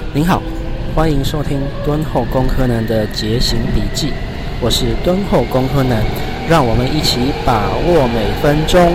您好，欢迎收听敦厚工科男的节行笔记，我是敦厚工科男，让我们一起把握每分钟。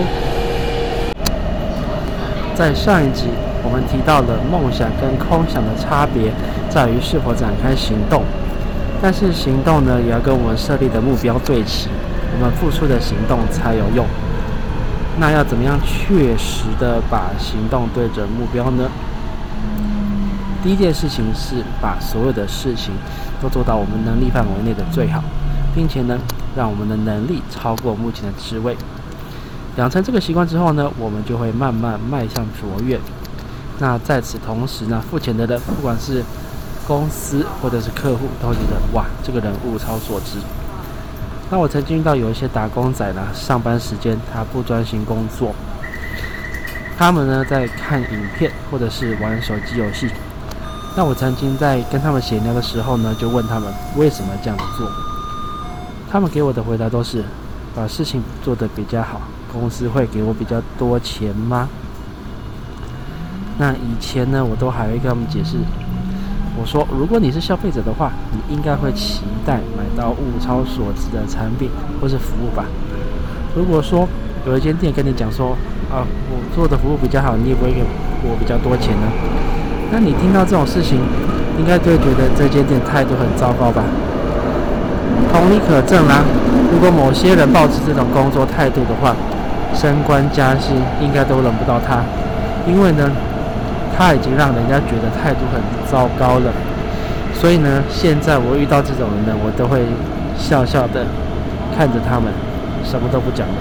在上一集，我们提到了梦想跟空想的差别在于是否展开行动，但是行动呢，也要跟我们设立的目标对齐，我们付出的行动才有用。那要怎么样确实的把行动对准目标呢？第一件事情是把所有的事情都做到我们能力范围内的最好，并且呢，让我们的能力超过目前的职位。养成这个习惯之后呢，我们就会慢慢迈向卓越。那在此同时呢，付钱的人，不管是公司或者是客户，都会觉得哇，这个人物超所值。那我曾经遇到有一些打工仔呢，上班时间他不专心工作，他们呢在看影片或者是玩手机游戏。那我曾经在跟他们闲聊的时候呢，就问他们为什么这样做。他们给我的回答都是把事情做得比较好，公司会给我比较多钱吗？那以前呢，我都还会跟他们解释，我说如果你是消费者的话，你应该会期待买到物超所值的产品或是服务吧。如果说有一间店跟你讲说我做的服务比较好，你也不会给我比较多钱呢，那你听到这种事情，应该就会觉得这间店态度很糟糕吧。同理可证啦，如果某些人抱持这种工作态度的话，升官加薪应该都轮不到他，因为呢，他已经让人家觉得态度很糟糕了。所以呢，现在我遇到这种人呢，我都会笑笑的看着他们，什么都不讲的。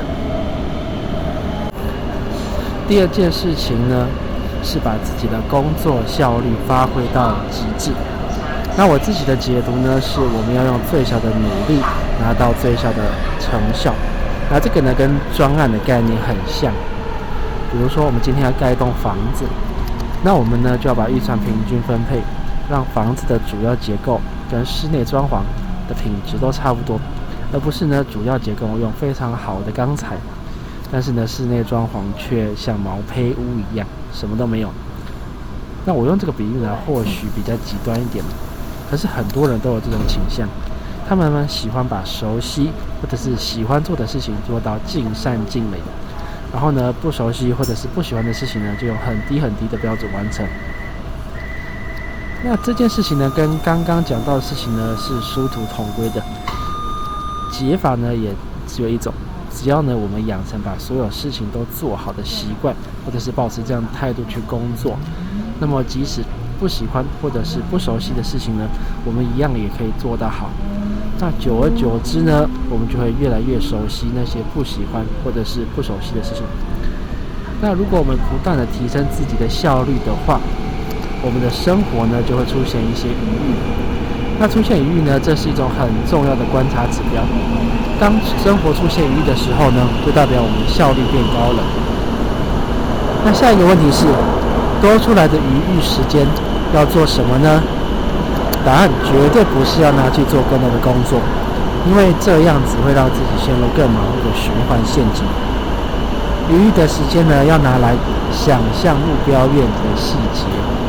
第二件事情呢，是把自己的工作效率发挥到极致。那我自己的解读呢，是我们要用最小的努力拿到最小的成效。那这个呢，跟专案的概念很像。比如说，我们今天要盖一栋房子，那我们呢就要把预算平均分配，让房子的主要结构跟室内装潢的品质都差不多，而不是呢主要结构用非常好的钢材，但是呢室内装潢却像毛坯屋一样，什么都没有。那我用这个比喻呢，或许比较极端一点，可是很多人都有这种倾向，他们呢喜欢把熟悉或者是喜欢做的事情做到尽善尽美，然后呢不熟悉或者是不喜欢的事情呢，就用很低很低的标准完成。那这件事情呢，跟刚刚讲到的事情呢是殊途同归的，解法呢也只有一种，只要呢我们养成把所有事情都做好的习惯，或者是保持这样的态度去工作，那么即使不喜欢或者是不熟悉的事情呢，我们一样也可以做得好。那久而久之呢，我们就会越来越熟悉那些不喜欢或者是不熟悉的事情。那如果我们不断的提升自己的效率的话，我们的生活呢就会出现一些余裕。那出现余裕呢，这是一种很重要的观察指标。当生活出现余裕的时候呢，就代表我们的效率变高了。那下一个问题是，多出来的余裕时间要做什么呢？答案绝对不是要拿去做更多的工作，因为这样子会让自己陷入更忙碌的循环陷阱。余裕的时间呢，要拿来想象目标院的细节。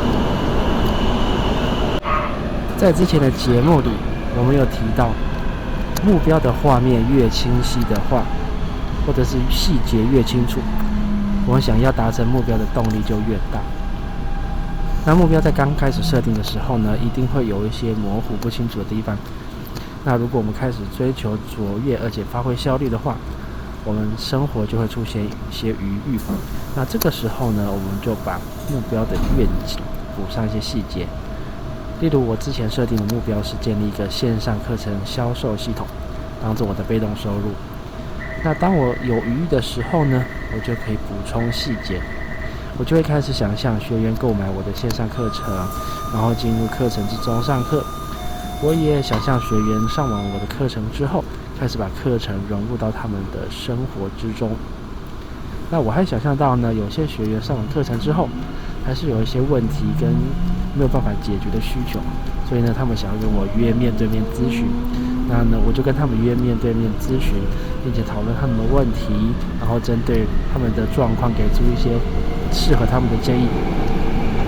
在之前的节目里，我们有提到，目标的画面越清晰的话，或者是细节越清楚，我们想要达成目标的动力就越大。那目标在刚开始设定的时候呢，一定会有一些模糊不清楚的地方。那如果我们开始追求卓越而且发挥效率的话，我们生活就会出现一些余裕。那这个时候呢，我们就把目标的愿景补上一些细节。例如我之前设定的目标是建立一个线上课程销售系统，当做我的被动收入。那当我有余裕的时候呢，我就可以补充细节。我就会开始想象学员购买我的线上课程，然后进入课程之中上课。我也想象学员上完我的课程之后，开始把课程融入到他们的生活之中。那我还想象到呢，有些学员上完课程之后，还是有一些问题跟没有办法解决的需求，所以呢，他们想要跟我约面对面咨询。那呢，我就跟他们约面对面咨询，并且讨论他们的问题，然后针对他们的状况给出一些适合他们的建议。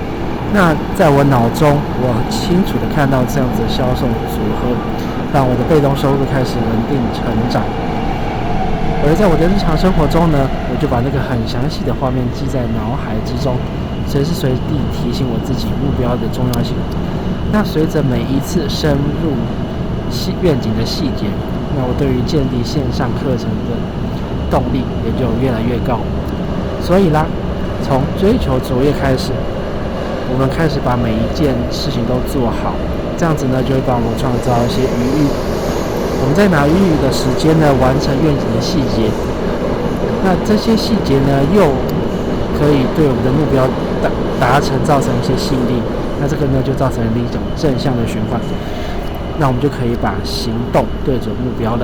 那在我脑中，我清楚地看到这样子的销售组合，让我的被动收入开始稳定成长。而在我的日常生活中呢，我就把那个很详细的画面记在脑海之中，随时随地提醒我自己目标的重要性。那随着每一次深入愿景的细节，那我对于建立线上课程的动力也就越来越高。所以啦，从追求卓越开始，我们开始把每一件事情都做好，这样子呢，就会帮我们创造一些余裕。我们再拿余裕的时间呢，完成愿景的细节。那这些细节呢，又可以对我们的目标达成造成一些吸引力。那这个呢，就造成了一种正向的循环。那我们就可以把行动对准目标了。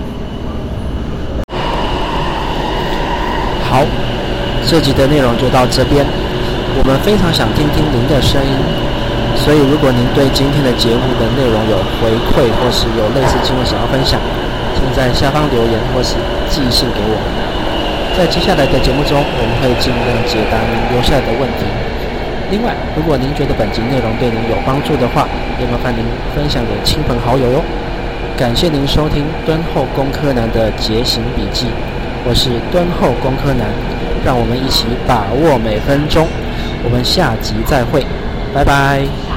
好，这集的内容就到这边。我们非常想听听您的声音。所以如果您对今天的节目的内容有回馈，或是有类似经验想要分享，请在下方留言或是寄信给我们。在接下来的节目中，我们会尽量解答您留下来的问题。另外，如果您觉得本集内容对您有帮助的话，也麻烦您分享给亲朋好友哟。感谢您收听敦厚工科男的节行笔记，我是敦厚工科男，让我们一起把握每分钟。我们下集再会，拜拜。